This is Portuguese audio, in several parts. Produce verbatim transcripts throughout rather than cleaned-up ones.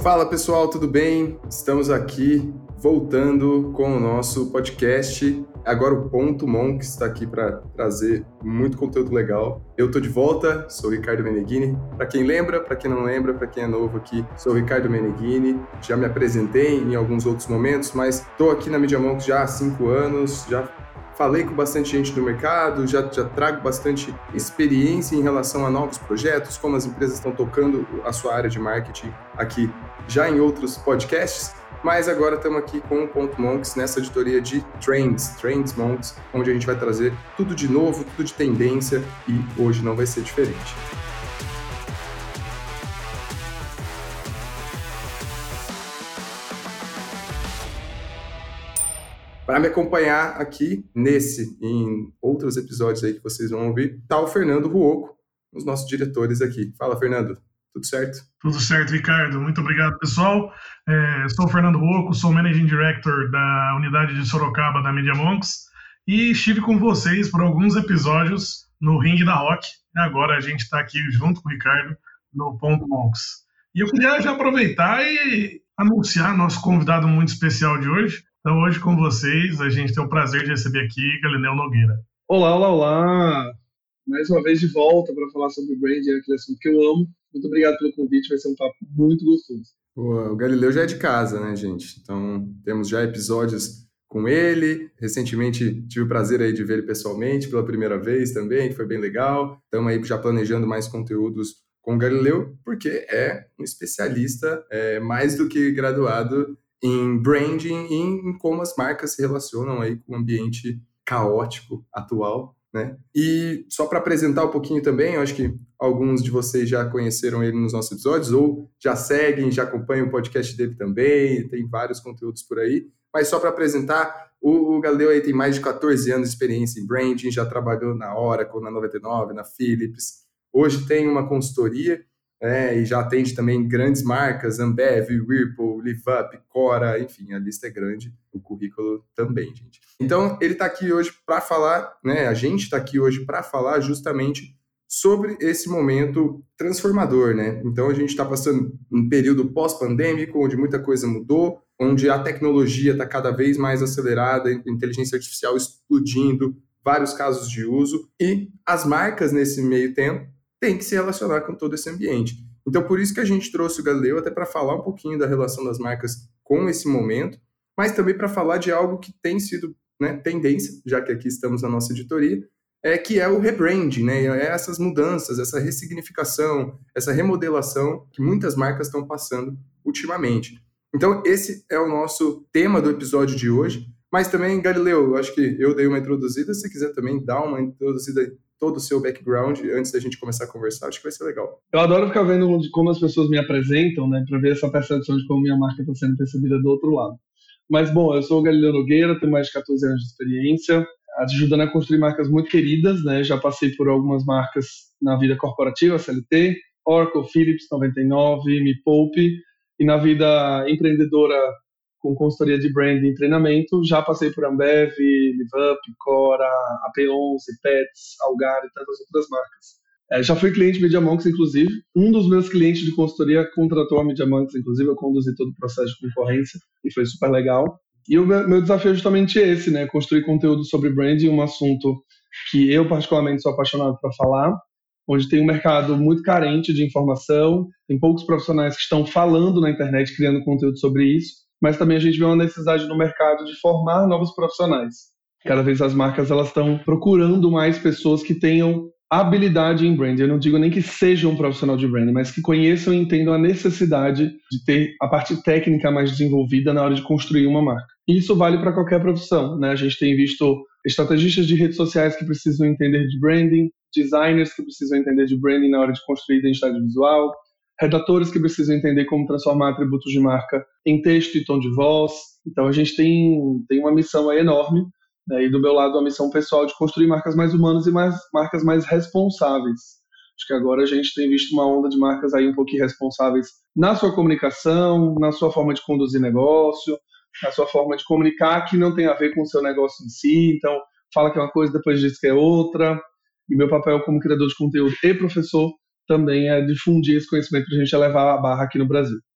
Fala pessoal, tudo bem? Estamos aqui voltando com o nosso podcast. Agora o Ponto Monks está aqui para trazer muito conteúdo legal. Eu tô de volta, sou o Ricardo Meneghini. Para quem lembra, para quem não lembra, para quem é novo aqui, sou o Ricardo Meneghini. Já me apresentei em alguns outros momentos, mas estou aqui na Media Monks já há cinco anos, já falei com bastante gente do mercado, já, já trago bastante experiência em relação a novos projetos, como as empresas estão tocando a sua área de marketing aqui já em outros podcasts, mas agora estamos aqui com o Ponto Monks nessa editoria de Trends, Trends Monks, onde a gente vai trazer tudo de novo, tudo de tendência e hoje não vai ser diferente. Para me acompanhar aqui nesse e em outros episódios aí que vocês vão ouvir, está o Fernando Ruocco, os nossos diretores aqui. Fala, Fernando. Tudo certo? Tudo certo, Ricardo. Muito obrigado, pessoal. É, sou o Fernando Ruocco, sou Managing Director da unidade de Sorocaba da Media Monks e estive com vocês por alguns episódios no Ringue da Rock. Agora a gente está aqui junto com o Ricardo no Ponto Monks. E eu queria já aproveitar e anunciar nosso convidado muito especial de hoje. Então hoje com vocês a gente tem o prazer de receber aqui Galileu Nogueira. Olá, olá, olá! Mais uma vez de volta para falar sobre branding, aquele assunto que eu amo. Muito obrigado pelo convite, vai ser um papo muito gostoso. Pô, o Galileu já é de casa, né, gente? Então, temos já episódios com ele. Recentemente tive o prazer aí de ver ele pessoalmente pela primeira vez também, que foi bem legal. Estamos aí já planejando mais conteúdos com o Galileu, porque é um especialista é, mais do que graduado em branding e em como as marcas se relacionam aí com o ambiente caótico atual. Né? E só para apresentar um pouquinho também, eu acho que alguns de vocês já conheceram ele nos nossos episódios ou já seguem, já acompanham o podcast dele também, tem vários conteúdos por aí, mas só para apresentar, o, o Galileu aí tem mais de catorze anos de experiência em branding, já trabalhou na Oracle, na noventa e nove, na Philips, hoje tem uma consultoria é, e já atende também grandes marcas, Ambev, Whirlpool, LiveUp, Cora, enfim, a lista é grande, o currículo também, gente. Então, ele está aqui hoje para falar, né, a gente está aqui hoje para falar justamente sobre esse momento transformador, né? Então, a gente está passando um período pós-pandêmico, onde muita coisa mudou, onde a tecnologia está cada vez mais acelerada, a inteligência artificial explodindo, vários casos de uso, e as marcas, nesse meio tempo, tem que se relacionar com todo esse ambiente. Então, por isso que a gente trouxe o Galileu até para falar um pouquinho da relação das marcas com esse momento, mas também para falar de algo que tem sido, né, tendência, já que aqui estamos na nossa editoria, é, que é o rebranding, né, é essas mudanças, essa ressignificação, essa remodelação que muitas marcas estão passando ultimamente. Então, esse é o nosso tema do episódio de hoje, mas também, Galileu, eu acho que eu dei uma introduzida, se quiser também dar uma introduzida todo o seu background antes da gente começar a conversar, acho que vai ser legal. Eu adoro ficar vendo de como as pessoas me apresentam, né, para ver essa percepção de como minha marca está sendo percebida do outro lado. Mas, bom, eu sou o Galileu Nogueira, tenho mais de catorze anos de experiência, ajudando a construir marcas muito queridas, né, já passei por algumas marcas na vida corporativa, C L T, Oracle, Philips, noventa e nove, Me Poupe, e na vida empreendedora com consultoria de branding e treinamento, já passei por Ambev, LiveUp, Cora, A P onze, Pets, Algar e tantas outras marcas. É, já fui cliente Media Monks, inclusive. Um dos meus clientes de consultoria contratou a Media Monks, inclusive, eu conduzi todo o processo de concorrência e foi super legal. E o meu desafio é justamente esse, né? Construir conteúdo sobre branding, um assunto que eu particularmente sou apaixonado para falar, onde tem um mercado muito carente de informação, tem poucos profissionais que estão falando na internet, criando conteúdo sobre isso, mas também a gente vê uma necessidade no mercado de formar novos profissionais. Cada vez as marcas elas estão procurando mais pessoas que tenham habilidade em branding. Eu não digo nem que sejam um profissional de branding, mas que conheçam e entendam a necessidade de ter a parte técnica mais desenvolvida na hora de construir uma marca. E isso vale para qualquer profissão, né? A gente tem visto estrategistas de redes sociais que precisam entender de branding, designers que precisam entender de branding na hora de construir identidade visual, redatores que precisam entender como transformar atributos de marca em texto e tom de voz. Então a gente tem, tem uma missão aí enorme, né? E do meu lado a missão pessoal de construir marcas mais humanas e mais, marcas mais responsáveis. Acho que agora a gente tem visto uma onda de marcas aí um pouquinho responsáveis na sua comunicação, na sua forma de conduzir negócio, na sua forma de comunicar que não tem a ver com o seu negócio em si. Então fala que é uma coisa, depois diz que é outra. E meu papel como criador de conteúdo e professor também é difundir esse conhecimento para a gente elevar a barra aqui no Brasil.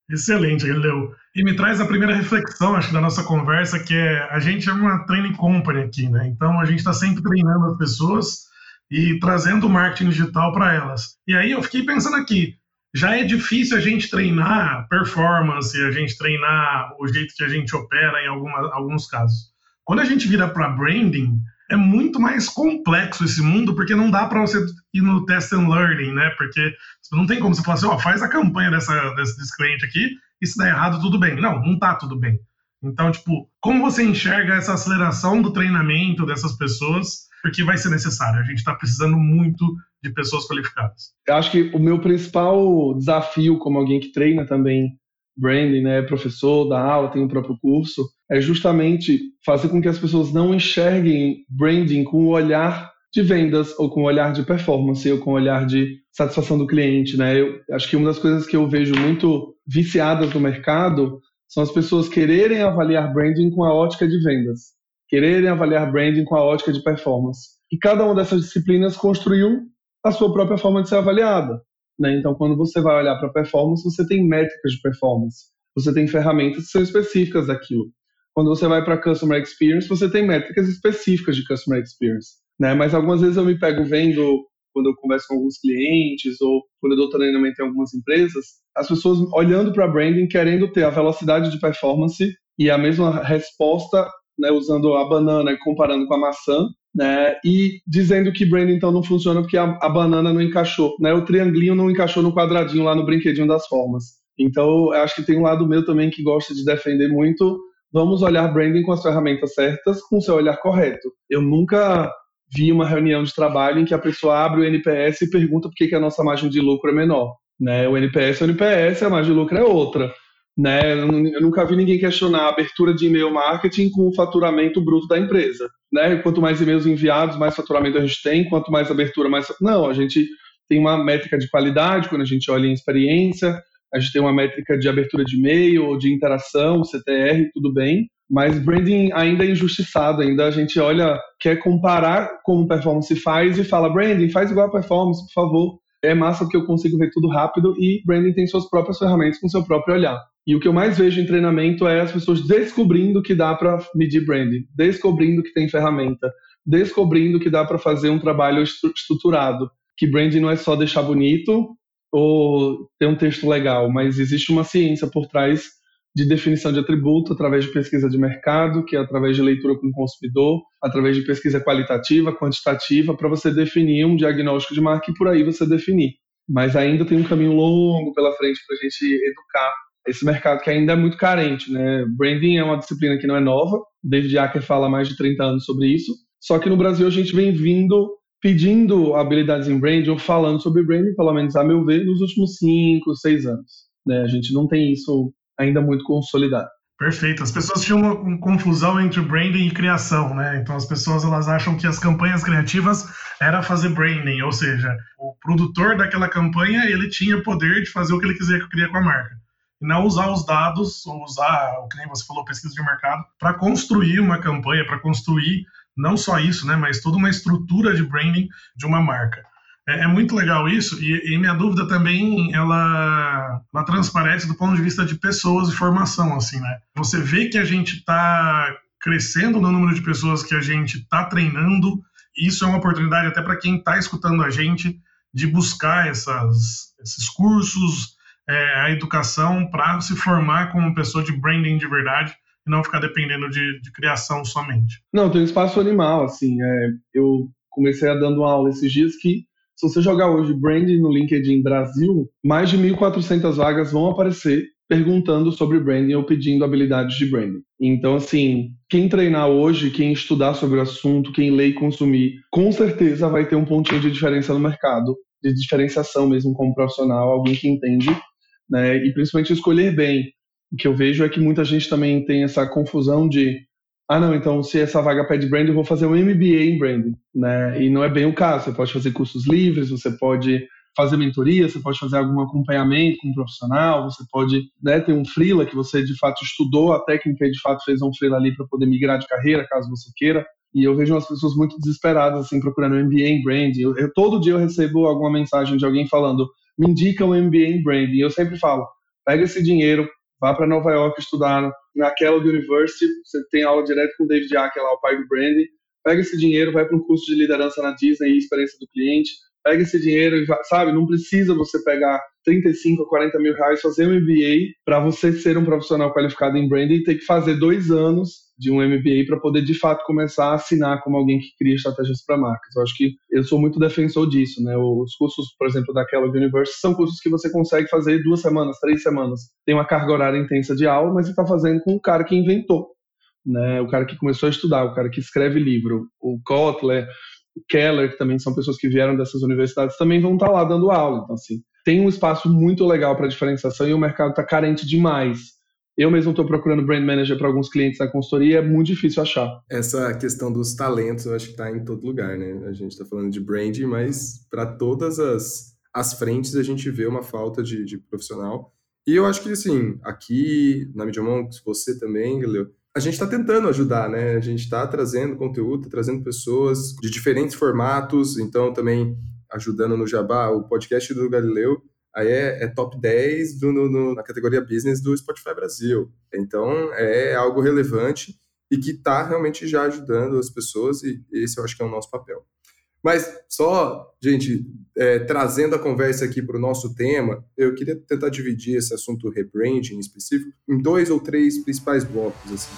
Excelente, Galileu. E me traz a primeira reflexão, acho que da nossa conversa, que é, a gente é uma training company aqui, né? Então a gente está sempre treinando as pessoas e trazendo o marketing digital para elas. E aí eu fiquei pensando aqui, já é difícil a gente treinar performance, a gente treinar o jeito que a gente opera em alguma, alguns casos. Quando a gente vira para branding, é muito mais complexo esse mundo, porque não dá para você ir no test and learning, né? Porque não tem como você falar assim, ó, faz a campanha dessa, desse, desse cliente aqui e se der errado, tudo bem. Não, não tá tudo bem. Então, tipo, como você enxerga essa aceleração do treinamento dessas pessoas? Porque vai ser necessário. A gente está precisando muito de pessoas qualificadas. Eu acho que o meu principal desafio como alguém que treina também branding, né, professor, dá aula, tem o próprio curso, é justamente fazer com que as pessoas não enxerguem branding com o olhar de vendas ou com o olhar de performance ou com o olhar de satisfação do cliente, né? Eu acho que uma das coisas que eu vejo muito viciadas no mercado são as pessoas quererem avaliar branding com a ótica de vendas, quererem avaliar branding com a ótica de performance. E cada uma dessas disciplinas construiu a sua própria forma de ser avaliada, né? Então, quando você vai olhar para performance, você tem métricas de performance, você tem ferramentas que são específicas daquilo. Quando você vai para Customer Experience, você tem métricas específicas de Customer Experience, né? Mas algumas vezes eu me pego vendo, quando eu converso com alguns clientes ou quando eu dou treinamento em algumas empresas, as pessoas olhando para branding, querendo ter a velocidade de performance e a mesma resposta, né, usando a banana e comparando com a maçã, né, e dizendo que branding então não funciona porque a, a banana não encaixou, né, o triangulinho não encaixou no quadradinho lá no brinquedinho das formas. Então, eu acho que tem um lado meu também que gosta de defender muito, vamos olhar branding com as ferramentas certas, com o seu olhar correto. Eu nunca vi uma reunião de trabalho em que a pessoa abre o N P S e pergunta por que, que a nossa margem de lucro é menor. Né? O N P S é o N P S, a margem de lucro é outra. Né? Eu nunca vi ninguém questionar a abertura de e-mail marketing com o faturamento bruto da empresa. Né? Quanto mais e-mails enviados, mais faturamento a gente tem, quanto mais abertura, mais... Não, a gente tem uma métrica de qualidade quando a gente olha em experiência, a gente tem uma métrica de abertura de e-mail, de interação, C T R, tudo bem, mas branding ainda é injustiçado, ainda a gente olha, quer comparar como performance faz e fala, branding, faz igual a performance, por favor. É massa porque eu consigo ver tudo rápido e branding tem suas próprias ferramentas com seu próprio olhar. E o que eu mais vejo em treinamento é as pessoas descobrindo que dá para medir branding, descobrindo que tem ferramenta, descobrindo que dá para fazer um trabalho estruturado, que branding não é só deixar bonito ou ter um texto legal, mas existe uma ciência por trás de definição de atributo através de pesquisa de mercado, que é através de leitura com o consumidor, através de pesquisa qualitativa, quantitativa, para você definir um diagnóstico de marca e por aí você definir. Mas ainda tem um caminho longo pela frente para a gente educar esse mercado que ainda é muito carente, né? Branding é uma disciplina que não é nova, David Acker fala há mais de trinta anos sobre isso, só que no Brasil a gente vem vindo pedindo habilidades em branding ou falando sobre branding, pelo menos a meu ver, nos últimos cinco, seis anos. Né? A gente não tem isso ainda muito consolidado. Perfeito. As pessoas tinham uma, uma confusão entre branding e criação, né? Então as pessoas elas acham que as campanhas criativas era fazer branding, ou seja, o produtor daquela campanha ele tinha poder de fazer o que ele quiser queria com a marca. E não usar os dados, ou usar, o que nem você falou, pesquisa de mercado, para construir uma campanha, para construir não só isso, né, mas toda uma estrutura de branding de uma marca. É, é muito legal isso, e, e minha dúvida também, ela, ela transparece do ponto de vista de pessoas e formação, assim, né? Você vê que a gente está crescendo no número de pessoas que a gente está treinando, e isso é uma oportunidade até para quem está escutando a gente de buscar essas, esses cursos, é, a educação para se formar como pessoa de branding de verdade, e não ficar dependendo de, de criação somente. Não, tem um espaço animal, assim, é, eu comecei a dando uma aula esses dias que, se você jogar hoje branding no LinkedIn Brasil, mais de mil e quatrocentas vagas vão aparecer perguntando sobre branding ou pedindo habilidades de branding. Então, assim, quem treinar hoje, quem estudar sobre o assunto, quem ler e consumir, com certeza vai ter um pontinho de diferença no mercado, de diferenciação mesmo como profissional, alguém que entende, né, e principalmente escolher bem. O que eu vejo é que muita gente também tem essa confusão de ah, não, então se essa vaga pede branding, eu vou fazer um M B A em branding, né? E não é bem o caso. Você pode fazer cursos livres, você pode fazer mentoria, você pode fazer algum acompanhamento com um profissional, você pode, né, ter um freela que você de fato estudou a técnica e de fato fez um freela ali para poder migrar de carreira, caso você queira. E eu vejo umas pessoas muito desesperadas, assim, procurando um M B A em branding. Eu, eu, todo dia eu recebo alguma mensagem de alguém falando, me indica um M B A em branding. E eu sempre falo, Pega esse dinheiro, vá para Nova York estudar na Kellogg University, você tem aula direto com o David Icke, lá, o pai do Brandy. Pega esse dinheiro, vai para um curso de liderança na Disney e experiência do cliente. Pega esse dinheiro e vai, sabe, não precisa você pegar trinta e cinco a quarenta mil reais, fazer um M B A para você ser um profissional qualificado em branding e ter que fazer dois anos de um M B A para poder, de fato, começar a assinar como alguém que cria estratégias para marcas. Eu acho que eu sou muito defensor disso, né? Os cursos, por exemplo, da Kellogg University são cursos que você consegue fazer duas semanas, três semanas. Tem uma carga horária intensa de aula, mas você está fazendo com o cara que inventou, né? O cara que começou a estudar, o cara que escreve livro, o Kotler, o Keller, que também são pessoas que vieram dessas universidades, também vão estar lá dando aula. Então, assim, tem um espaço muito legal para diferenciação e o mercado está carente demais. Eu mesmo estou procurando brand manager para alguns clientes da consultoria, é muito difícil achar. Essa questão dos talentos, eu acho que está em todo lugar, né? A gente está falando de branding, mas para todas as, as frentes a gente vê uma falta de, de profissional. E eu acho que, assim, aqui na Media Monks, você também, Galileu, a gente está tentando ajudar, né? A gente está trazendo conteúdo, tá trazendo pessoas de diferentes formatos, então também ajudando no Jabá, o podcast do Galileu, aí é, é top dez do, no, no, na categoria Business do Spotify Brasil. Então, é algo relevante e que está realmente já ajudando as pessoas e esse eu acho que é o nosso papel. Mas só, gente, é, trazendo a conversa aqui para o nosso tema, eu queria tentar dividir esse assunto rebranding em específico em dois ou três principais blocos, assim.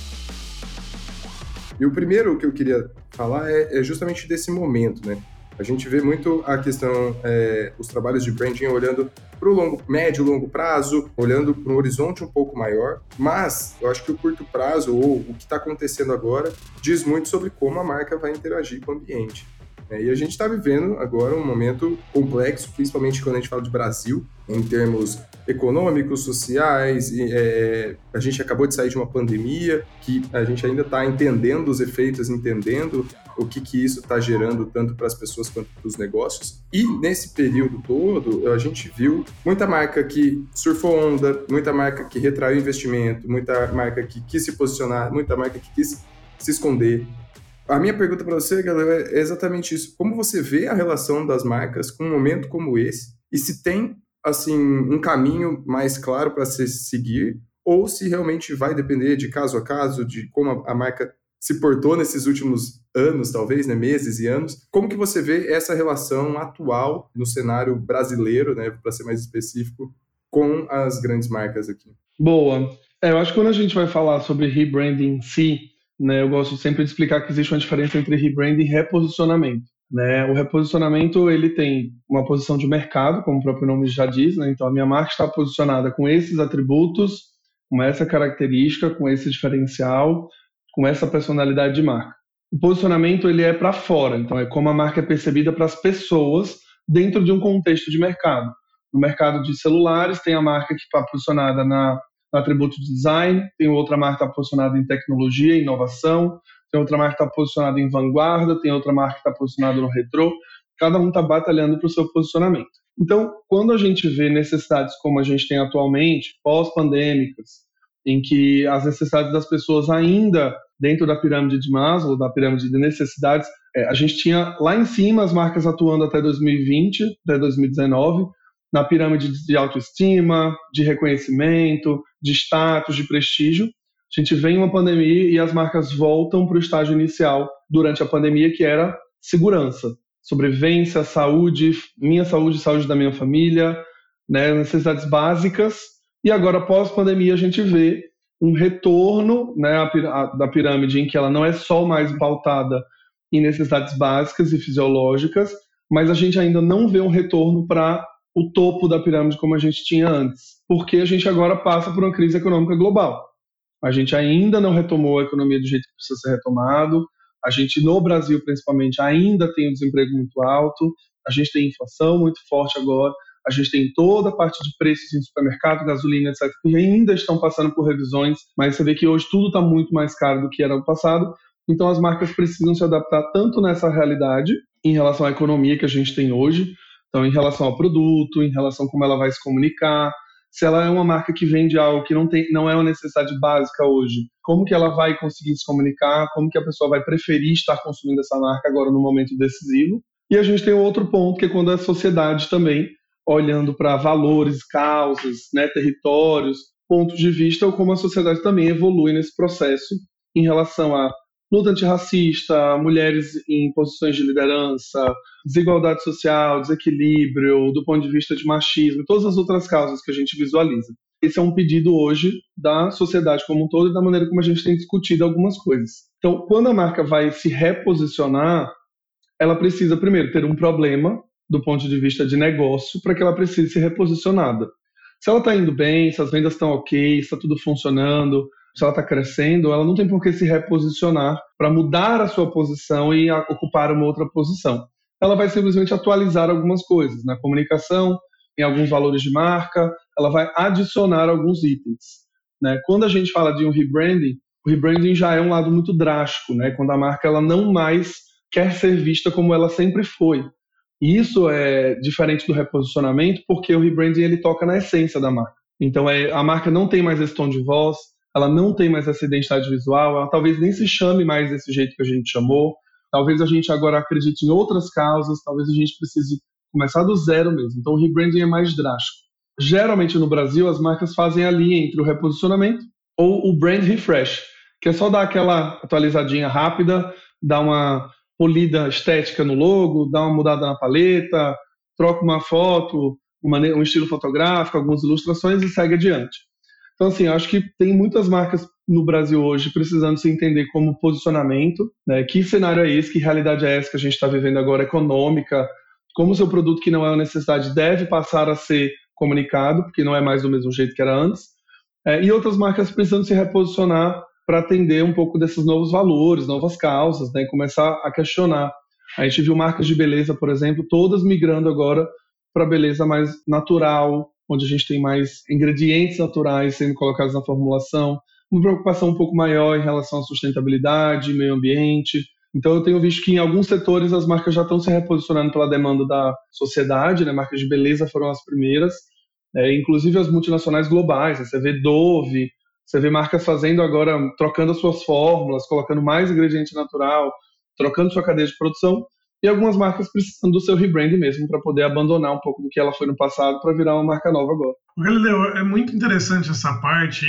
E o primeiro que eu queria falar é, é justamente desse momento, né? A gente vê muito a questão, é, os trabalhos de branding olhando para o longo, médio, longo prazo, olhando para um horizonte um pouco maior, mas eu acho que o curto prazo, ou o que está acontecendo agora, diz muito sobre como a marca vai interagir com o ambiente. É, e a gente está vivendo agora um momento complexo, principalmente quando a gente fala de Brasil, em termos econômicos, sociais, e, é, a gente acabou de sair de uma pandemia, que a gente ainda está entendendo os efeitos, entendendo o que, que isso está gerando tanto para as pessoas quanto para os negócios. E nesse período todo, a gente viu muita marca que surfou onda, muita marca que retraiu investimento, muita marca que quis se posicionar, muita marca que quis se esconder. A minha pergunta para você, galera, é exatamente isso. Como você vê a relação das marcas com um momento como esse? E se tem, assim, um caminho mais claro para se seguir? Ou se realmente vai depender de caso a caso, de como a marca se portou nesses últimos anos, talvez, né, meses e anos? Como que você vê essa relação atual no cenário brasileiro, né, para ser mais específico, com as grandes marcas aqui? Boa. É, eu acho que quando a gente vai falar sobre rebranding em si, né, eu gosto sempre de explicar que existe uma diferença entre rebranding e reposicionamento. Né? O reposicionamento ele tem uma posição de mercado, como o próprio nome já diz, né? Então a minha marca está posicionada com esses atributos, com essa característica, com esse diferencial, com essa personalidade de marca. O posicionamento ele é para fora, então é como a marca é percebida para as pessoas dentro de um contexto de mercado. No mercado de celulares tem a marca que está posicionada na no atributo de design, tem outra marca que está posicionada em tecnologia, inovação, tem outra marca que está posicionada em vanguarda, tem outra marca que está posicionada no retrô, cada um está batalhando para o seu posicionamento. Então, quando a gente vê necessidades como a gente tem atualmente, pós-pandêmicas, em que as necessidades das pessoas ainda dentro da pirâmide de Maslow, da pirâmide de necessidades, é, a gente tinha lá em cima as marcas atuando até dois mil e vinte, até dois mil e dezenove, na pirâmide de autoestima, de reconhecimento, de status, de prestígio. A gente vem uma pandemia e as marcas voltam para o estágio inicial durante a pandemia, que era segurança, sobrevivência, saúde, minha saúde, saúde da minha família, né, necessidades básicas. E agora, pós-pandemia, a gente vê um retorno, né, da pirâmide em que ela não é só mais pautada em necessidades básicas e fisiológicas, mas a gente ainda não vê um retorno para o topo da pirâmide como a gente tinha antes, porque a gente agora passa por uma crise econômica global. A gente ainda não retomou a economia do jeito que precisa ser retomado, a gente no Brasil principalmente ainda tem um desemprego muito alto, a gente tem inflação muito forte agora, a gente tem toda a parte de preços em supermercado, gasolina, etcétera, que ainda estão passando por revisões, mas você vê que hoje tudo está muito mais caro do que era no passado, então as marcas precisam se adaptar tanto nessa realidade, em relação à economia que a gente tem hoje, então, em relação ao produto, em relação a como ela vai se comunicar, se ela é uma marca que vende algo que não, tem, não é uma necessidade básica hoje, como que ela vai conseguir se comunicar, como que a pessoa vai preferir estar consumindo essa marca agora no momento decisivo. E a gente tem outro ponto, que é quando a sociedade também olhando para valores, causas, né, territórios, pontos de vista, ou como a sociedade também evolui nesse processo em relação a luta antirracista, mulheres em posições de liderança, desigualdade social, desequilíbrio, do ponto de vista de machismo, todas as outras causas que a gente visualiza. Esse é um pedido hoje da sociedade como um todo e da maneira como a gente tem discutido algumas coisas. Então, quando a marca vai se reposicionar, ela precisa, primeiro, ter um problema do ponto de vista de negócio para que ela precise ser reposicionada. Se ela está indo bem, se as vendas estão ok, se está tudo funcionando, se ela está crescendo, ela não tem por que se reposicionar para mudar a sua posição e ocupar uma outra posição. Ela vai simplesmente atualizar algumas coisas na comunicação, em alguns valores de marca, ela vai adicionar alguns itens, né? Quando a gente fala de um rebranding, o rebranding já é um lado muito drástico, né? Quando a marca ela não mais quer ser vista como ela sempre foi. E isso é diferente do reposicionamento, porque o rebranding ele toca na essência da marca. Então é, a marca não tem mais esse tom de voz, ela não tem mais essa identidade visual, ela talvez nem se chame mais desse jeito que a gente chamou, talvez a gente agora acredite em outras causas, talvez a gente precise começar do zero mesmo. Então o rebranding é mais drástico. Geralmente no Brasil as marcas fazem ali entre o reposicionamento ou o brand refresh, que é só dar aquela atualizadinha rápida, dar uma polida estética no logo, dar uma mudada na paleta, troca uma foto, uma, um estilo fotográfico, algumas ilustrações e segue adiante. Então, assim, eu acho que tem muitas marcas no Brasil hoje precisando se entender como posicionamento, né? Que cenário é esse, que realidade é essa que a gente está vivendo agora, econômica, como o seu produto que não é uma necessidade deve passar a ser comunicado, porque não é mais do mesmo jeito que era antes, é, e outras marcas precisando se reposicionar para atender um pouco desses novos valores, novas causas, né? Começar a questionar. A gente viu marcas de beleza, por exemplo, todas migrando agora para beleza mais natural, onde a gente tem mais ingredientes naturais sendo colocados na formulação, uma preocupação um pouco maior em relação à sustentabilidade, meio ambiente. Então eu tenho visto que em alguns setores as marcas já estão se reposicionando pela demanda da sociedade, né? Marcas de beleza foram as primeiras, é, inclusive as multinacionais globais, né? Você vê Dove, você vê marcas fazendo agora, trocando as suas fórmulas, colocando mais ingrediente natural, trocando sua cadeia de produção, e algumas marcas precisando do seu rebrand mesmo para poder abandonar um pouco do que ela foi no passado para virar uma marca nova agora. Galileu, é muito interessante essa parte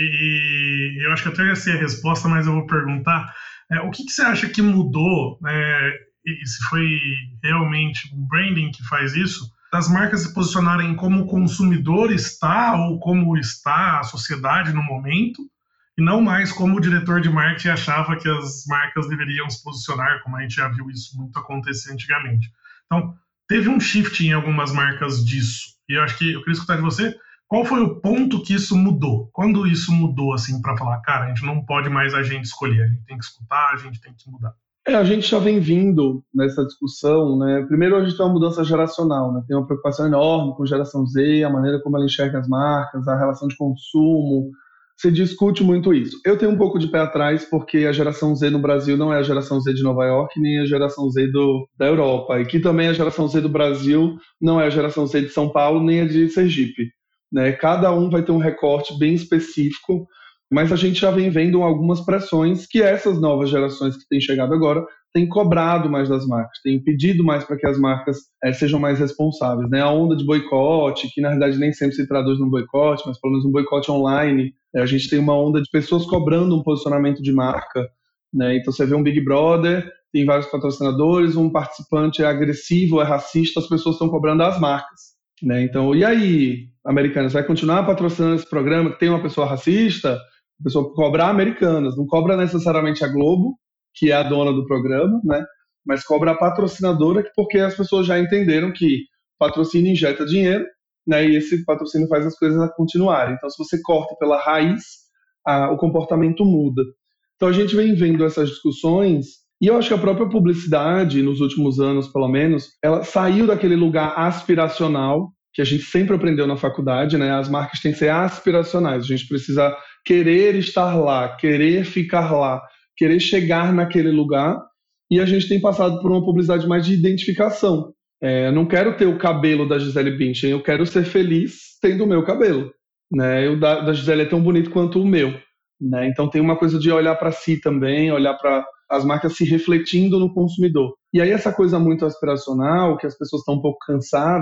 e eu acho que até já sei a resposta, mas eu vou perguntar. É, o que, que você acha que mudou, é, e se foi realmente o branding que faz isso, das marcas se posicionarem como o consumidor está ou como está a sociedade no momento, e não mais como o diretor de marketing achava que as marcas deveriam se posicionar, como a gente já viu isso muito acontecer antigamente. Então, teve um shift em algumas marcas disso, e eu acho que eu queria escutar de você, qual foi o ponto que isso mudou? Quando isso mudou, assim, para falar, cara, a gente não pode mais a gente escolher, a gente tem que escutar, a gente tem que mudar. É, a gente já vem vindo nessa discussão, né? Primeiro a gente tem uma mudança geracional, né? Tem uma preocupação enorme com a geração Z, a maneira como ela enxerga as marcas, a relação de consumo. Se discute muito isso. Eu tenho um pouco de pé atrás porque a geração Z no Brasil não é a geração Z de Nova York, nem a geração Z do, da Europa. E que também a geração Z do Brasil não é a geração Z de São Paulo, nem a de Sergipe, né? Cada um vai ter um recorte bem específico, mas a gente já vem vendo algumas pressões que essas novas gerações que têm chegado agora têm cobrado mais das marcas, têm pedido mais para que as marcas é, sejam mais responsáveis, né? A onda de boicote, que na realidade nem sempre se traduz num boicote, mas pelo menos um boicote online, é, a gente tem uma onda de pessoas cobrando um posicionamento de marca, né? Então você vê um Big Brother, tem vários patrocinadores, um participante é agressivo, é racista, as pessoas estão cobrando as marcas, né? Então, e aí, Americanas, vai continuar patrocinando esse programa que tem uma pessoa racista? A pessoa cobra Americanas, não cobra necessariamente a Globo, que é a dona do programa, né? Mas cobra a patrocinadora, porque as pessoas já entenderam que patrocínio injeta dinheiro, né? E esse patrocínio faz as coisas continuarem. Então, se você corta pela raiz, a, o comportamento muda. Então, a gente vem vendo essas discussões, e eu acho que a própria publicidade, nos últimos anos, pelo menos, ela saiu daquele lugar aspiracional, que a gente sempre aprendeu na faculdade, né? As marcas têm que ser aspiracionais, a gente precisa querer estar lá, querer ficar lá, querer chegar naquele lugar, e a gente tem passado por uma publicidade mais de identificação. É, eu não quero ter o cabelo da Gisele Bündchen, eu quero ser feliz tendo o meu cabelo, né? O da, da Gisele é tão bonito quanto o meu, né? Então tem uma coisa de olhar para si também, olhar para as marcas se refletindo no consumidor. E aí essa coisa muito aspiracional, que as pessoas estão um pouco cansadas,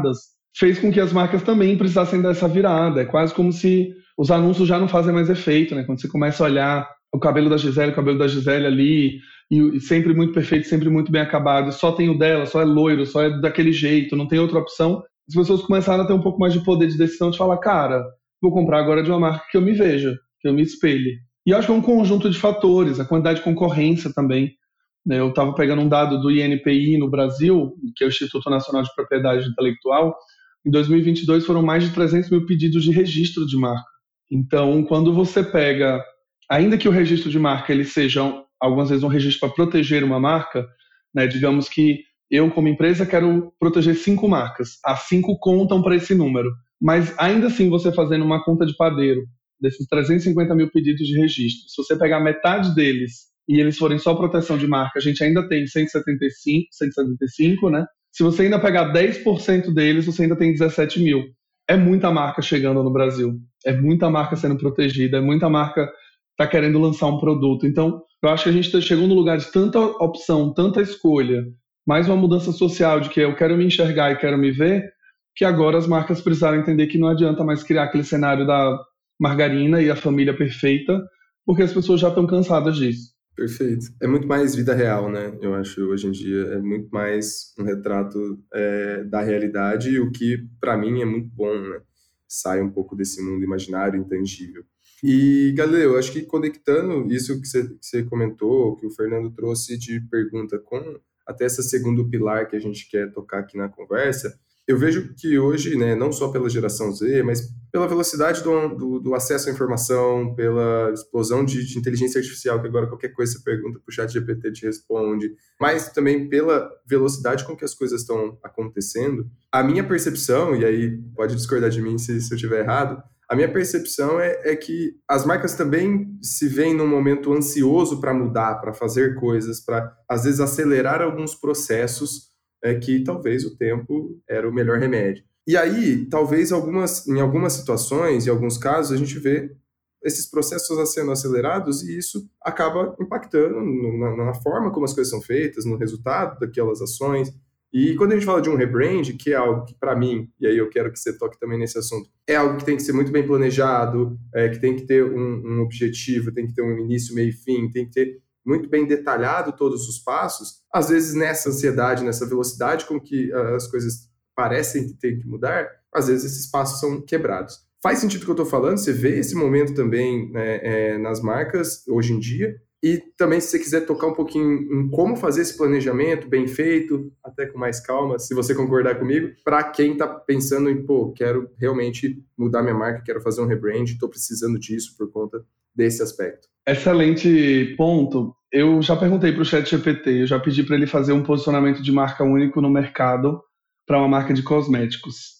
fez com que as marcas também precisassem dessa virada. É quase como se os anúncios já não fazem mais efeito, né? Quando você começa a olhar o cabelo da Gisele, o cabelo da Gisele ali, e, e sempre muito perfeito, sempre muito bem acabado, só tem o dela, só é loiro, só é daquele jeito, não tem outra opção. As pessoas começaram a ter um pouco mais de poder de decisão de falar, cara, vou comprar agora de uma marca que eu me veja, que eu me espelhe. E eu acho que é um conjunto de fatores, a quantidade de concorrência também. Eu estava pegando um dado do I N P I no Brasil, que é o Instituto Nacional de Propriedade Intelectual. Em dois mil e vinte e dois foram mais de trezentos mil pedidos de registro de marca. Então, quando você pega, ainda que o registro de marca ele seja, algumas vezes, um registro para proteger uma marca, né, digamos que eu, como empresa, quero proteger cinco marcas. As cinco contam para esse número. Mas, ainda assim, você fazendo uma conta de padeiro, desses trezentos e cinquenta mil pedidos de registro, se você pegar metade deles e eles forem só proteção de marca, a gente ainda tem cento e setenta e cinco, cento e setenta e cinco, né? Se você ainda pegar dez por cento deles, você ainda tem dezessete mil. É muita marca chegando no Brasil. É muita marca sendo protegida, é muita marca tá querendo lançar um produto. Então, eu acho que a gente chegou num lugar de tanta opção, tanta escolha, mais uma mudança social de que eu quero me enxergar e quero me ver, que agora as marcas precisaram entender que não adianta mais criar aquele cenário da margarina e a família perfeita, porque as pessoas já estão cansadas disso. Perfeito. É muito mais vida real, né? Eu acho, hoje em dia, é muito mais um retrato é, da realidade, o que, para mim, é muito bom, né? Sai um pouco desse mundo imaginário, intangível. E, Galileu, acho que conectando isso que você, que você comentou, que o Fernando trouxe de pergunta com até esse segundo pilar que a gente quer tocar aqui na conversa, eu vejo que hoje, né, não só pela geração Z, mas pela velocidade do, do, do acesso à informação, pela explosão de, de inteligência artificial, que agora qualquer coisa você pergunta para o chat G P T te responde, mas também pela velocidade com que as coisas estão acontecendo, a minha percepção, e aí pode discordar de mim se, se eu estiver errado, a minha percepção é, é que as marcas também se veem num momento ansioso para mudar, para fazer coisas, para, às vezes, acelerar alguns processos é, que talvez o tempo era o melhor remédio. E aí, talvez, algumas, em algumas situações, em alguns casos, a gente vê esses processos sendo acelerados e isso acaba impactando no, na, na forma como as coisas são feitas, no resultado daquelas ações. E quando a gente fala de um rebrand, que é algo que, para mim, e aí eu quero que você toque também nesse assunto, é algo que tem que ser muito bem planejado, é, que tem que ter um, um objetivo, tem que ter um início, meio e fim, tem que ter muito bem detalhado todos os passos. Às vezes, nessa ansiedade, nessa velocidade com que as coisas parecem que tem que mudar, às vezes esses passos são quebrados. Faz sentido o que eu estou falando? Você vê esse momento também, né, é, nas marcas, hoje em dia? E também, se você quiser tocar um pouquinho em como fazer esse planejamento bem feito, até com mais calma, se você concordar comigo, para quem está pensando em, pô, quero realmente mudar minha marca, quero fazer um rebrand, estou precisando disso por conta desse aspecto. Excelente ponto. Eu já perguntei para o chat G P T, eu já pedi para ele fazer um posicionamento de marca único no mercado para uma marca de cosméticos,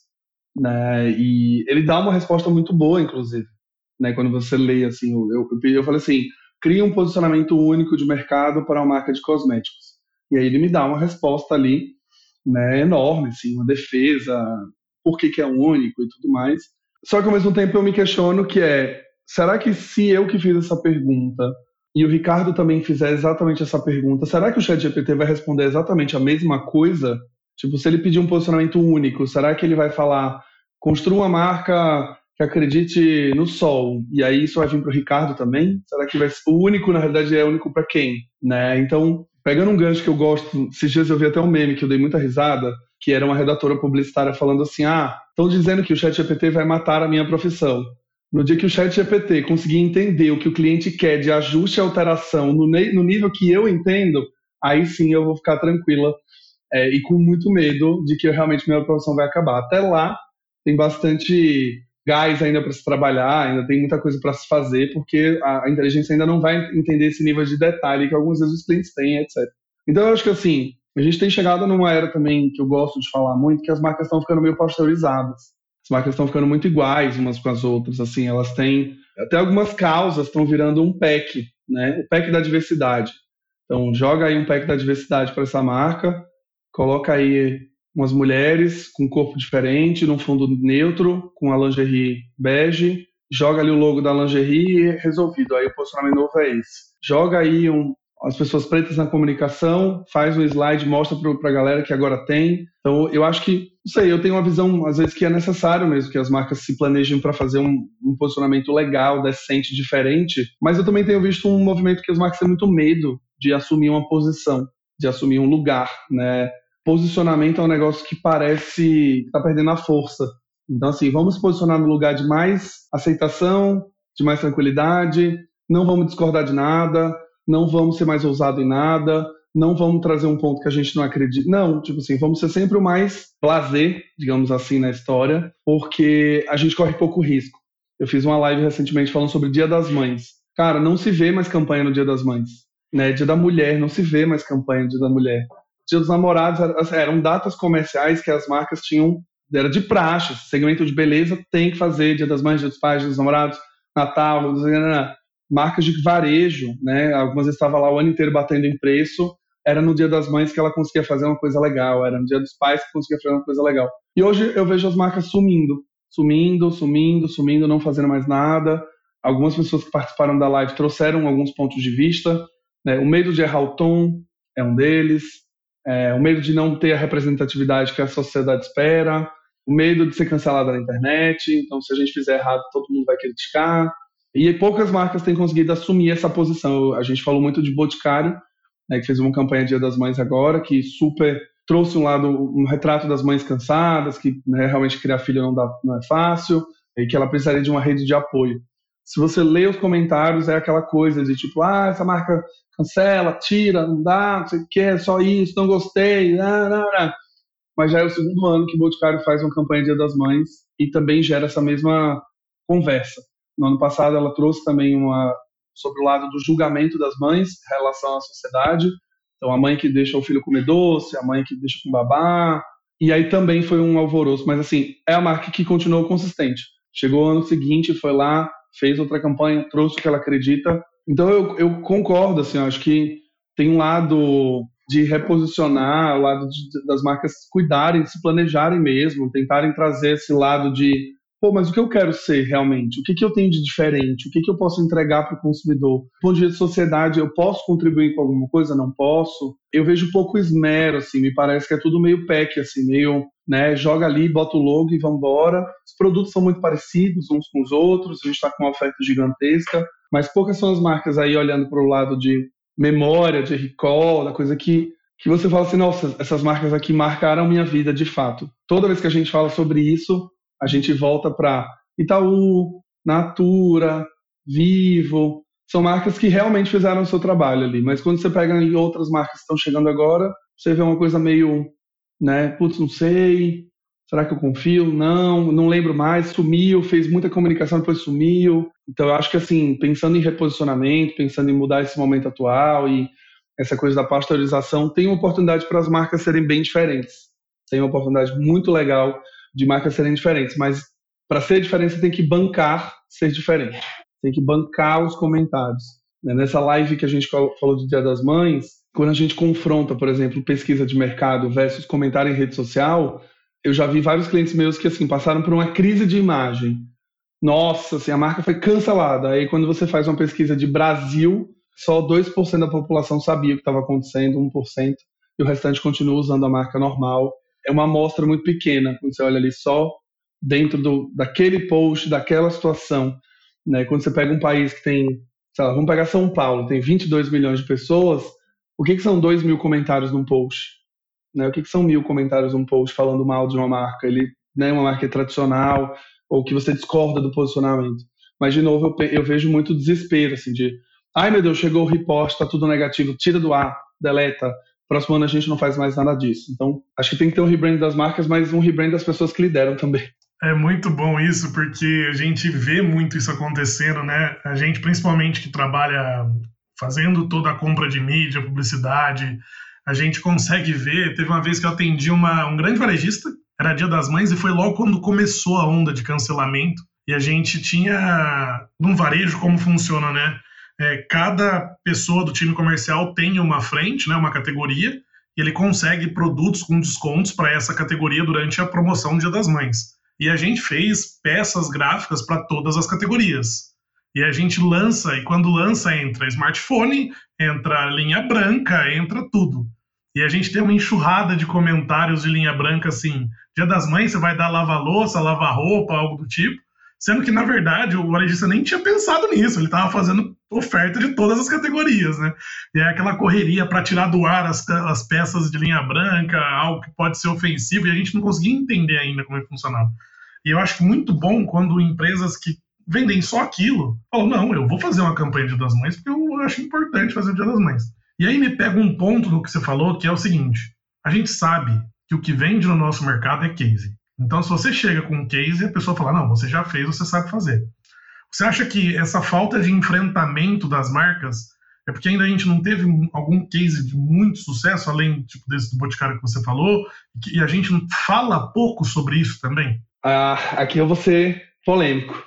né? E ele dá uma resposta muito boa, inclusive, né? Quando você lê, assim, eu, eu, eu falei assim, cria um posicionamento único de mercado para uma marca de cosméticos. E aí ele me dá uma resposta ali, né, enorme, assim, uma defesa, por que que é único e tudo mais. Só que ao mesmo tempo eu me questiono que é, será que se eu que fiz essa pergunta e o Ricardo também fizer exatamente essa pergunta, será que o chat G P T vai responder exatamente a mesma coisa? Tipo, se ele pedir um posicionamento único, será que ele vai falar, construa uma marca que acredite no sol, e aí isso vai vir para o Ricardo também? Será que vai ser o único, na realidade, é único para quem? Né? Então, pegando um gancho que eu gosto, esses dias eu vi até um meme que eu dei muita risada, que era uma redatora publicitária falando assim, ah, estão dizendo que o chat G P T vai matar a minha profissão. No dia que o chat G P T conseguir entender o que o cliente quer de ajuste e alteração no, no nível que eu entendo, aí sim eu vou ficar tranquila é, e com muito medo de que realmente minha profissão vai acabar. Até lá, tem bastante gás ainda para se trabalhar, ainda tem muita coisa para se fazer, porque a, a inteligência ainda não vai entender esse nível de detalhe que algumas vezes os clientes têm, etcétera. Então eu acho que assim, a gente tem chegado numa era também que eu gosto de falar muito, que as marcas estão ficando meio pasteurizadas. As marcas estão ficando muito iguais umas com as outras, assim, elas têm, até algumas causas estão virando um pack, né? O pack da diversidade. Então joga aí um pack da diversidade para essa marca, coloca aí umas mulheres com um corpo diferente, num fundo neutro, com a lingerie bege, joga ali o logo da lingerie e resolvido. Aí o posicionamento novo é esse. Joga aí um, as pessoas pretas na comunicação, faz um slide, mostra para a galera que agora tem. Então, eu acho que, não sei, eu tenho uma visão, às vezes, que é necessário mesmo que as marcas se planejem para fazer um, um posicionamento legal, decente, diferente, mas eu também tenho visto um movimento que as marcas têm muito medo de assumir uma posição, de assumir um lugar, né? Posicionamento é um negócio que parece que está perdendo a força. Então, assim, vamos se posicionar no lugar de mais aceitação, de mais tranquilidade, não vamos discordar de nada, não vamos ser mais ousado em nada, não vamos trazer um ponto que a gente não acredita. Não, tipo assim, vamos ser sempre o mais blasé, digamos assim, na história, porque a gente corre pouco risco. Eu fiz uma live recentemente falando sobre o Dia das Mães. Cara, não se vê mais campanha no Dia das Mães. Né? Dia da Mulher, não se vê mais campanha no Dia da Mulher. Dia dos Namorados eram datas comerciais que as marcas tinham, era de praxe, segmento de beleza tem que fazer Dia das Mães, Dia dos Pais, Dia dos Namorados, Natal, marcas de varejo, né? Algumas vezes estava lá o ano inteiro batendo em preço, era no Dia das Mães que ela conseguia fazer uma coisa legal, era no Dia dos Pais que conseguia fazer uma coisa legal. E hoje eu vejo as marcas sumindo, sumindo, sumindo, sumindo, não fazendo mais nada. Algumas pessoas que participaram da live trouxeram alguns pontos de vista, né? O medo de errar o tom é um deles, é, o medo de não ter a representatividade que a sociedade espera, o medo de ser cancelada na internet, então se a gente fizer errado todo mundo vai criticar. E poucas marcas têm conseguido assumir essa posição. A gente falou muito de Boticário, né, que fez uma campanha Dia das Mães agora, que super trouxe um lado, um retrato das mães cansadas, que né, realmente criar filho não, dá, não é fácil, e que ela precisaria de uma rede de apoio. Se você lê os comentários, é aquela coisa de tipo, ah, essa marca cancela, tira, não dá, não sei o que, é só isso, não gostei, não, não, não. Mas já é o segundo ano que o Boticário faz uma campanha Dia das Mães e também gera essa mesma conversa. No ano passado ela trouxe também uma sobre o lado do julgamento das mães em relação à sociedade. Então a mãe que deixa o filho comer doce, a mãe que deixa com babá. E aí também foi um alvoroço. Mas assim, é a marca que continuou consistente. Chegou o ano seguinte, foi lá, fez outra campanha, trouxe o que ela acredita. Então eu, eu concordo, assim, eu acho que tem um lado de reposicionar, o lado de, das marcas cuidarem, se planejarem mesmo, tentarem trazer esse lado de pô, mas o que eu quero ser realmente? O que, que eu tenho de diferente? O que, que eu posso entregar para o consumidor? Do ponto de vista de sociedade, eu posso contribuir com alguma coisa? Não posso? Eu vejo pouco esmero, assim, me parece que é tudo meio pack, assim, meio, né, joga ali, bota o logo e vambora. Os produtos são muito parecidos uns com os outros, a gente está com uma oferta gigantesca, mas poucas são as marcas aí olhando para o lado de memória, de recall, da coisa que, que você fala assim, nossa, essas marcas aqui marcaram minha vida de fato. Toda vez que a gente fala sobre isso, a gente volta para Itaú, Natura, Vivo. São marcas que realmente fizeram o seu trabalho ali. Mas quando você pega ali outras marcas que estão chegando agora, você vê uma coisa meio, né, putz, não sei, será que eu confio? Não, não lembro mais, sumiu, fez muita comunicação, depois sumiu. Então eu acho que assim, pensando em reposicionamento, pensando em mudar esse momento atual e essa coisa da pasteurização, tem uma oportunidade para as marcas serem bem diferentes. Tem uma oportunidade muito legal de marcas serem diferentes, mas para ser diferente você tem que bancar ser diferente, tem que bancar os comentários. Nessa live que a gente falou de Dia das Mães, quando a gente confronta, por exemplo, pesquisa de mercado versus comentário em rede social, eu já vi vários clientes meus que assim, passaram por uma crise de imagem. Nossa, assim, a marca foi cancelada. Aí quando você faz uma pesquisa de Brasil, só dois por cento da população sabia o que estava acontecendo, um por cento, e o restante continua usando a marca normal. É uma amostra muito pequena, quando você olha ali só dentro do, daquele post, daquela situação. Né? Quando você pega um país que tem, sei lá, vamos pegar São Paulo, tem vinte e dois milhões de pessoas, o que, que são dois mil comentários num post? Né? O que, que são mil comentários num post falando mal de uma marca? Ele, né, uma marca tradicional, ou que você discorda do posicionamento. Mas, de novo, eu, eu vejo muito desespero, assim, de ai meu Deus, chegou o report, tá tudo negativo, tira do ar, deleta. Próximo ano a gente não faz mais nada disso. Então, acho que tem que ter um rebrand das marcas, mas um rebrand das pessoas que lideram também. É muito bom isso, porque a gente vê muito isso acontecendo, né? A gente, principalmente, que trabalha fazendo toda a compra de mídia, publicidade, a gente consegue ver. Teve uma vez que eu atendi uma, um grande varejista, era Dia das Mães, e foi logo quando começou a onda de cancelamento. E a gente tinha, num varejo, como funciona, né? É, cada pessoa do time comercial tem uma frente, né, uma categoria, e ele consegue produtos com descontos para essa categoria durante a promoção do Dia das Mães. E a gente fez peças gráficas para todas as categorias. E a gente lança, e quando lança entra smartphone, entra linha branca, entra tudo. E a gente tem uma enxurrada de comentários de linha branca, assim, Dia das Mães, você vai dar lavar-louça, lavar roupa, algo do tipo, sendo que, na verdade, o varejista nem tinha pensado nisso, ele estava fazendo oferta de todas as categorias, né? E é aquela correria para tirar do ar as, as peças de linha branca, algo que pode ser ofensivo, e a gente não conseguia entender ainda como é que funcionava. E eu acho muito bom quando empresas que vendem só aquilo falam, não, eu vou fazer uma campanha de Dia das Mães porque eu acho importante fazer o Dia das Mães. E aí me pega um ponto do que você falou, que é o seguinte, a gente sabe que o que vende no nosso mercado é case. Então, se você chega com um case, a pessoa fala, não, você já fez, você sabe fazer. Você acha que essa falta de enfrentamento das marcas é porque ainda a gente não teve algum case de muito sucesso, além tipo, desse do Boticário que você falou, e a gente fala pouco sobre isso também? Ah, aqui eu vou ser polêmico.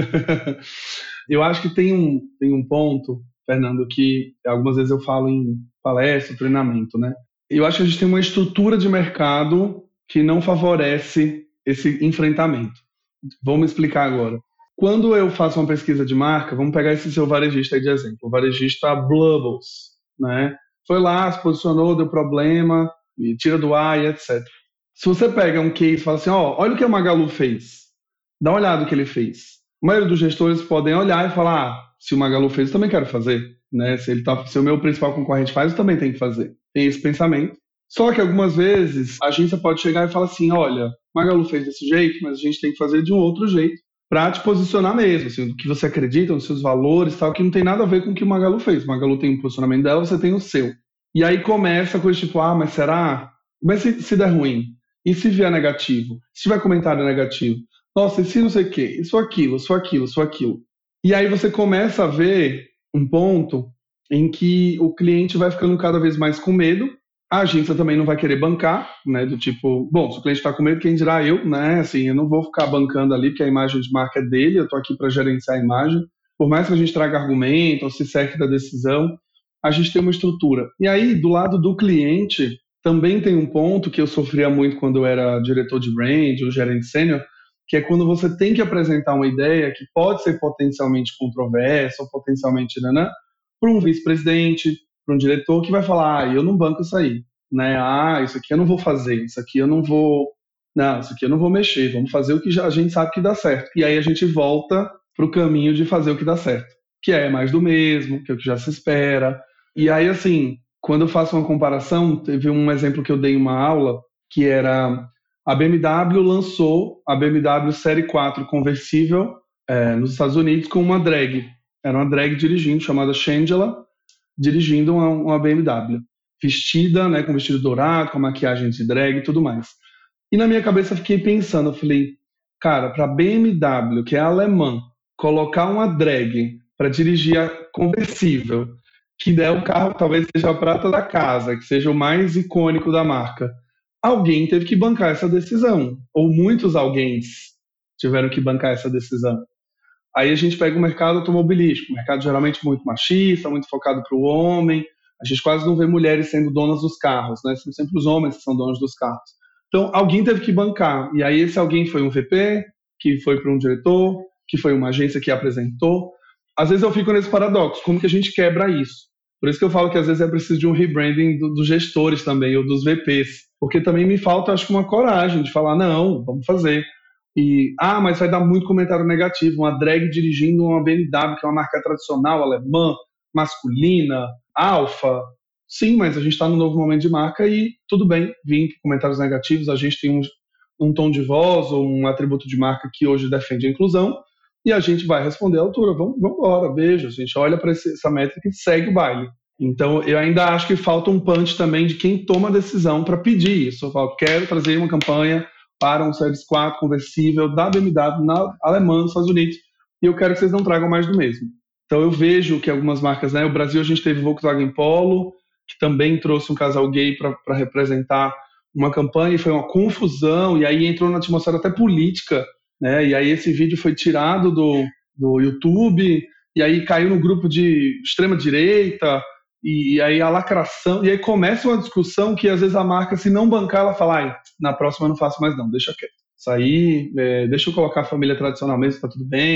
Eu acho que tem um, tem um ponto, Fernando, que algumas vezes eu falo em palestra, treinamento, né? Eu acho que a gente tem uma estrutura de mercado que não favorece esse enfrentamento. Vou me explicar agora. Quando eu faço uma pesquisa de marca, vamos pegar esse seu varejista aí de exemplo, o varejista Blubbles, né? Foi lá, se posicionou, deu problema, e tira do ar e etcétera. Se você pega um case e fala assim, ó, olha o que o Magalu fez, dá uma olhada no que ele fez. A maioria dos gestores podem olhar e falar, ah, se o Magalu fez, eu também quero fazer. Né? Se, ele tá, se o meu principal concorrente faz, eu também tenho que fazer. Tem esse pensamento. Só que algumas vezes a agência pode chegar e falar assim, olha, Magalu fez desse jeito, mas a gente tem que fazer de um outro jeito para te posicionar mesmo, assim, do que você acredita, nos seus valores, tal, que não tem nada a ver com o que o Magalu fez. O Magalu tem um posicionamento dela, você tem o seu. E aí começa a coisa tipo, ah, mas será? Mas se, se der ruim? E se vier negativo? Se tiver comentário negativo? Nossa, e se não sei o quê? Isso, aquilo, isso, aquilo, isso, aquilo. E aí você começa a ver um ponto em que o cliente vai ficando cada vez mais com medo, a agência também não vai querer bancar, né, do tipo, bom, se o cliente está com medo, quem dirá eu, né, assim, eu não vou ficar bancando ali porque a imagem de marca é dele, eu estou aqui para gerenciar a imagem, por mais que a gente traga argumento ou se cerque da decisão, a gente tem uma estrutura. E aí, do lado do cliente, também tem um ponto que eu sofria muito quando eu era diretor de brand ou gerente sênior, que é quando você tem que apresentar uma ideia que pode ser potencialmente controversa ou potencialmente, né, para um vice-presidente, para um diretor que vai falar, ah, eu não banco isso aí, né? Ah, isso aqui eu não vou fazer, isso aqui eu não vou, não, isso aqui eu não vou mexer, vamos fazer o que já, a gente sabe que dá certo. E aí a gente volta para o caminho de fazer o que dá certo, que é mais do mesmo, que é o que já se espera. E aí, assim, quando eu faço uma comparação, teve um exemplo que eu dei em uma aula, que era a B M W lançou a B M W Série quatro conversível é, nos Estados Unidos com uma drag. Era uma drag dirigindo, chamada Shangela, dirigindo uma, uma B M W, vestida, né, com vestido dourado, com maquiagem de drag e tudo mais. E na minha cabeça eu fiquei pensando, eu falei, cara, para a B M W, que é alemã, colocar uma drag para dirigir a conversível, que é o carro talvez seja a prata da casa, que seja o mais icônico da marca, alguém teve que bancar essa decisão, ou muitos alguém tiveram que bancar essa decisão. Aí a gente pega o mercado automobilístico, mercado geralmente muito machista, muito focado para o homem, a gente quase não vê mulheres sendo donas dos carros, né? São sempre os homens que são donos dos carros. Então, alguém teve que bancar, e aí esse alguém foi um V P, que foi para um diretor, que foi uma agência que apresentou. Às vezes eu fico nesse paradoxo, como que a gente quebra isso? Por isso que eu falo que às vezes é preciso de um rebranding do, dos gestores também, ou dos V Ps, porque também me falta, acho que, uma coragem de falar, não, vamos fazer. E, ah, mas vai dar muito comentário negativo, uma drag dirigindo uma B M W, que é uma marca tradicional, alemã, masculina, alfa. Sim, mas a gente está no novo momento de marca e tudo bem, vim comentários negativos, a gente tem um, um tom de voz ou um atributo de marca que hoje defende a inclusão e a gente vai responder à altura, vamos, vamos embora, beijo, a gente olha para essa métrica e segue o baile. Então, eu ainda acho que falta um punch também de quem toma a decisão para pedir isso. Eu falo, quero trazer uma campanha para um Série quatro conversível da B M W na Alemanha, nos Estados Unidos, e eu quero que vocês não tragam mais do mesmo. Então eu vejo que algumas marcas, né, o Brasil a gente teve Volkswagen Polo, que também trouxe um casal gay para representar uma campanha, e foi uma confusão, e aí entrou na atmosfera até política, né, e aí esse vídeo foi tirado do, do YouTube, e aí caiu no grupo de extrema-direita, e aí a lacração, e aí começa uma discussão que às vezes a marca, se não bancar, ela fala, ai, na próxima eu não faço mais não, deixa quieto. Isso aí, é, deixa eu colocar a família tradicional mesmo, tá tudo bem.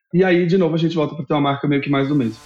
E aí, de novo, a gente volta para ter uma marca meio que mais do mesmo.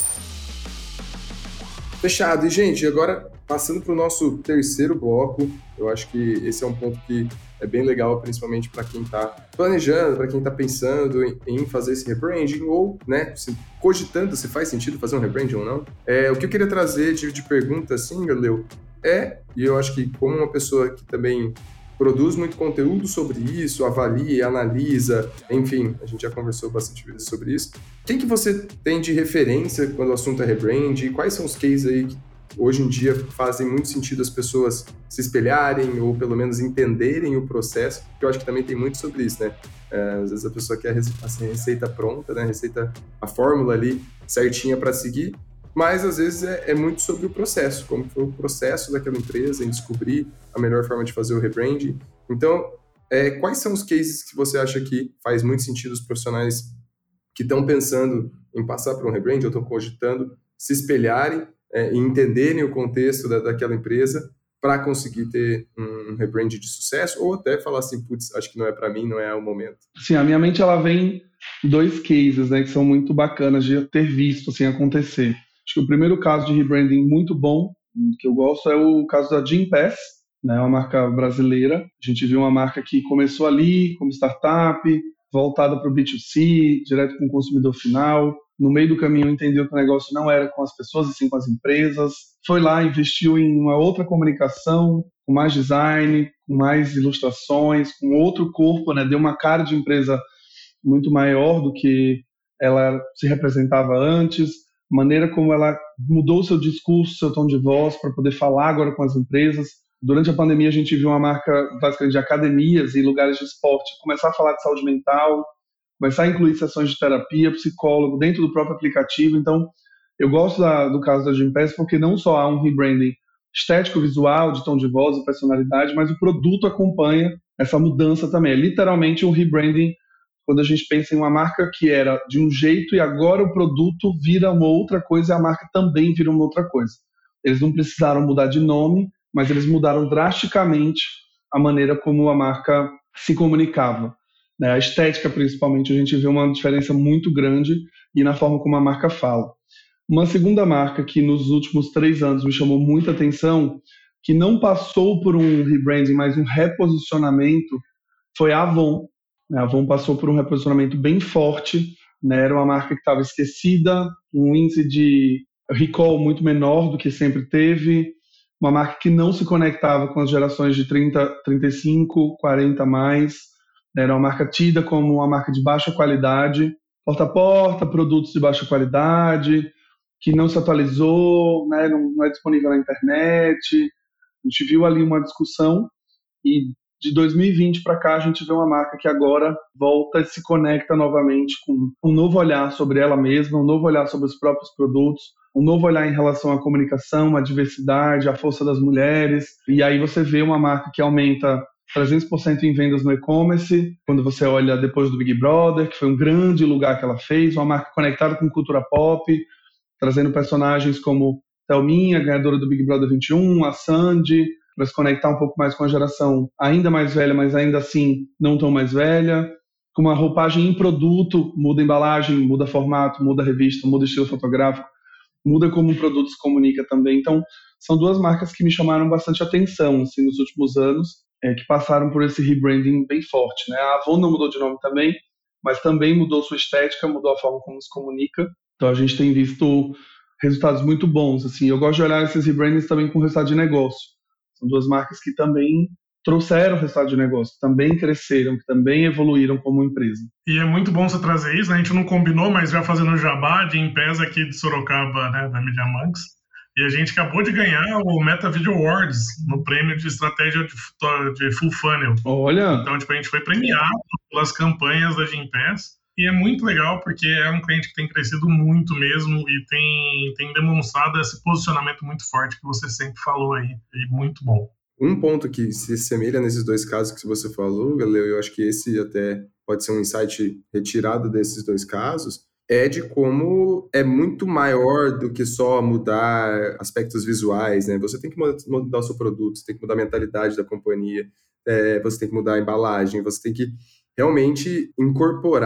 Fechado. E, gente, agora passando para o nosso terceiro bloco, eu acho que esse é um ponto que é bem legal, principalmente para quem está planejando, para quem está pensando em, em fazer esse rebranding ou, né, se, cogitando se faz sentido fazer um rebranding ou não. É, o que eu queria trazer de, de pergunta, assim, Galileu, é, e eu acho que como uma pessoa que também produz muito conteúdo sobre isso, avalia, analisa, enfim, a gente já conversou bastante vezes sobre isso. Quem que você tem de referência quando o assunto é rebranding? Quais são os cases aí que hoje em dia fazem muito sentido as pessoas se espelharem ou pelo menos entenderem o processo? Porque eu acho que também tem muito sobre isso, né? É, às vezes a pessoa quer a receita pronta, né? A receita, a fórmula ali certinha para seguir, mas às vezes é, é muito sobre o processo, como foi o processo daquela empresa em descobrir a melhor forma de fazer o rebranding. Então, é, quais são os cases que você acha que faz muito sentido os profissionais que estão pensando em passar por um rebranding ou estão cogitando se espelharem é, e entenderem o contexto da, daquela empresa para conseguir ter um rebranding de sucesso ou até falar assim, putz, acho que não é para mim, não é o momento? Sim, a minha mente ela vem dois cases, né, que são muito bacanas de ter visto assim, acontecer. Acho que o primeiro caso de rebranding muito bom, que eu gosto, é o caso da Gympass, né, uma marca brasileira. A gente viu uma marca que começou ali como startup, voltada para o B dois C, direto com o consumidor final. No meio do caminho entendeu que o negócio não era com as pessoas, e sim com as empresas. Foi lá, investiu em uma outra comunicação, com mais design, com mais ilustrações, com outro corpo, né, deu uma cara de empresa muito maior do que ela se representava antes, maneira como ela mudou o seu discurso, seu tom de voz para poder falar agora com as empresas. Durante a pandemia a gente viu uma marca basicamente de academias e lugares de esporte começar a falar de saúde mental, começar a incluir sessões de terapia, psicólogo dentro do próprio aplicativo. Então, eu gosto da, do caso da Gympass porque não só há um rebranding estético, visual, de tom de voz e personalidade, mas o produto acompanha essa mudança também. É literalmente um rebranding quando a gente pensa em uma marca que era de um jeito e agora o produto vira uma outra coisa e a marca também vira uma outra coisa. Eles não precisaram mudar de nome, mas eles mudaram drasticamente a maneira como a marca se comunicava. A estética, principalmente, a gente vê uma diferença muito grande e na forma como a marca fala. Uma segunda marca que nos últimos três anos me chamou muita atenção, que não passou por um rebranding, mas um reposicionamento, foi a Avon. A Avon passou por um reposicionamento bem forte, né? Era uma marca que estava esquecida, um índice de recall muito menor do que sempre teve, uma marca que não se conectava com as gerações de trinta, trinta e cinco, quarenta mais, era uma marca tida como uma marca de baixa qualidade, porta a porta, produtos de baixa qualidade, que não se atualizou, né? não, não é disponível na internet. A gente viu ali uma discussão e de dois mil e vinte para cá a gente vê uma marca que agora volta e se conecta novamente com um novo olhar sobre ela mesma, um novo olhar sobre os próprios produtos, um novo olhar em relação à comunicação, à diversidade, à força das mulheres. E aí você vê uma marca que aumenta trezentos por cento em vendas no e-commerce, quando você olha depois do Big Brother, que foi um grande lugar que ela fez, uma marca conectada com cultura pop, trazendo personagens como Thelminha, ganhadora do Big Brother vinte e um, a Sandy, para se conectar um pouco mais com a geração ainda mais velha, mas ainda assim não tão mais velha, com uma roupagem em produto, muda a embalagem, muda formato, muda a revista, muda estilo fotográfico, muda como o produto se comunica também. Então, são duas marcas que me chamaram bastante atenção assim, nos últimos anos, é, que passaram por esse rebranding bem forte, né? A Avon não mudou de nome também, mas também mudou sua estética, mudou a forma como se comunica. Então, a gente tem visto resultados muito bons. Assim. Eu gosto de olhar esses rebrandings também com resultado de negócio. São duas marcas que também trouxeram resultado de negócio, também cresceram, que também evoluíram como empresa. E é muito bom você trazer isso, né? A gente não combinou, mas já fazendo jabá de Gympass aqui de Sorocaba, né, da Media Monks. E a gente acabou de ganhar o Meta Video Awards no prêmio de estratégia de, de Full Funnel. Olha! Então, tipo, a gente foi premiado pelas campanhas da Gympass. E é muito legal porque é um cliente que tem crescido muito mesmo e tem, tem demonstrado esse posicionamento muito forte que você sempre falou aí. E muito bom. Um ponto que se assemelha nesses dois casos que você falou, Galileu, eu acho que esse até pode ser um insight retirado desses dois casos, é de como é muito maior do que só mudar aspectos visuais, né? Você tem que mudar o seu produto, você tem que mudar a mentalidade da companhia, é, você tem que mudar a embalagem, você tem que realmente incorporar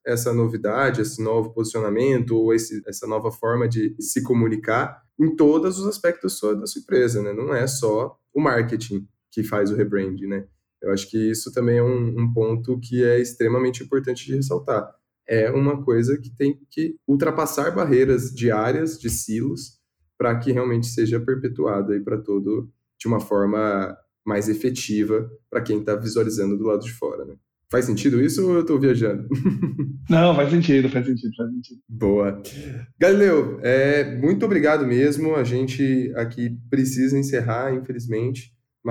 essa novidade, esse novo posicionamento ou esse, essa nova forma de se comunicar em todos os aspectos da sua, da sua empresa, né? Não é só o marketing que faz o rebranding, né? Eu acho que isso também é um, um ponto que é extremamente importante de ressaltar. É uma coisa que tem que ultrapassar barreiras diárias, de silos, para que realmente seja perpetuado aí para todo de uma forma mais efetiva para quem está visualizando do lado de fora, né? Faz sentido isso ou eu estou viajando? Não, faz sentido, faz sentido, faz sentido. Boa. Galileu, é, muito obrigado mesmo. A gente aqui precisa encerrar, infelizmente.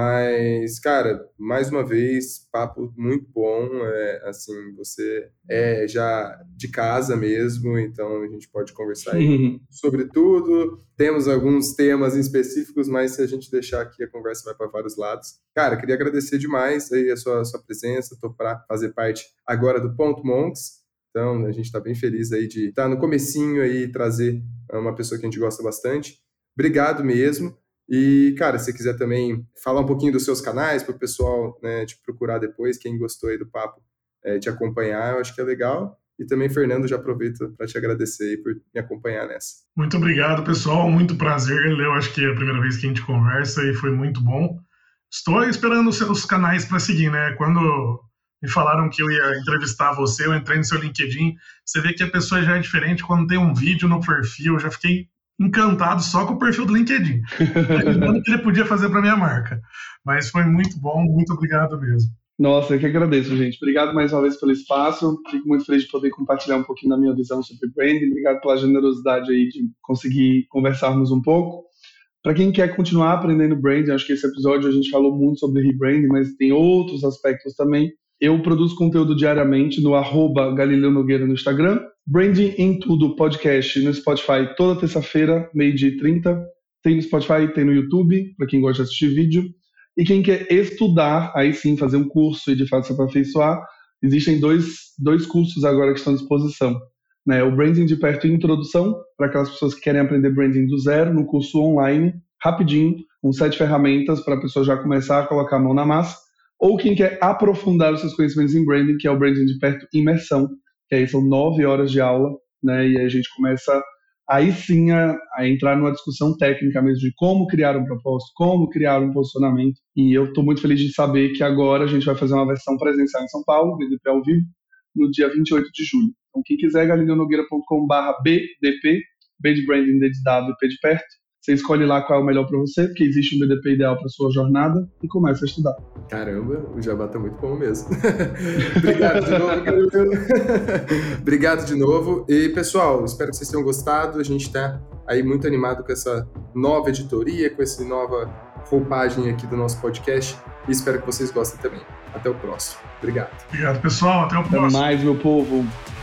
Mas, cara, mais uma vez, papo muito bom. É, assim, você é já de casa mesmo, então a gente pode conversar aí sobre tudo. Temos alguns temas em específicos, mas se a gente deixar aqui, a conversa vai para vários lados. Cara, queria agradecer demais aí a sua, a sua presença, topar fazer parte agora do Ponto Monks. Então, a gente está bem feliz aí de estar no comecinho aí e trazer uma pessoa que a gente gosta bastante. Obrigado mesmo. E, cara, se você quiser também falar um pouquinho dos seus canais para o pessoal, né, te procurar depois, quem gostou aí do papo, é, te acompanhar, eu acho que é legal. E também, Fernando, já aproveito para te agradecer aí por me acompanhar nessa. Muito obrigado, pessoal. Muito prazer. Eu acho que é a primeira vez que a gente conversa e foi muito bom. Estou esperando os seus canais para seguir, né? Quando me falaram que eu ia entrevistar você, eu entrei no seu LinkedIn, você vê que a pessoa já é diferente quando tem um vídeo no perfil, eu já fiquei encantado só com o perfil do LinkedIn. Imaginando o que ele podia fazer para minha marca. Mas foi muito bom, muito obrigado mesmo. Nossa, eu que agradeço, gente. Obrigado mais uma vez pelo espaço. Fico muito feliz de poder compartilhar um pouquinho da minha visão sobre branding. Obrigado pela generosidade aí de conseguir conversarmos um pouco. Para quem quer continuar aprendendo branding, acho que esse episódio a gente falou muito sobre rebranding, mas tem outros aspectos também. Eu produzo conteúdo diariamente no arroba Galileu Nogueira no Instagram. Branding em Tudo podcast no Spotify toda terça-feira, meio-dia e trinta. Tem no Spotify, tem no YouTube, para quem gosta de assistir vídeo. E quem quer estudar, aí sim, fazer um curso e de fato se aperfeiçoar, existem dois, dois cursos agora que estão à disposição. Né? O Branding de Perto Introdução, para aquelas pessoas que querem aprender branding do zero, no curso online, rapidinho, com sete ferramentas para a pessoa já começar a colocar a mão na massa. Ou quem quer aprofundar os seus conhecimentos em branding, que é o Branding de Perto Imersão, que aí são nove horas de aula, né? E aí a gente começa aí sim a, a entrar numa discussão técnica mesmo de como criar um propósito, como criar um posicionamento. E eu estou muito feliz de saber que agora a gente vai fazer uma versão presencial em São Paulo, B D P ao vivo, no dia vinte e oito de julho. Então quem quiser, galileu nogueira ponto com barra B D P, B de Branding, D de Dado e P de Perto. Você escolhe lá qual é o melhor para você, porque existe um B D P ideal para sua jornada e começa a estudar. Caramba, o jabá tá muito bom mesmo. Obrigado de novo, Galileu. Obrigado de novo. E, pessoal, espero que vocês tenham gostado. A gente tá aí muito animado com essa nova editoria, com essa nova roupagem aqui do nosso podcast. E espero que vocês gostem também. Até o próximo. Obrigado. Obrigado, pessoal. Até o próximo. Até mais, meu povo.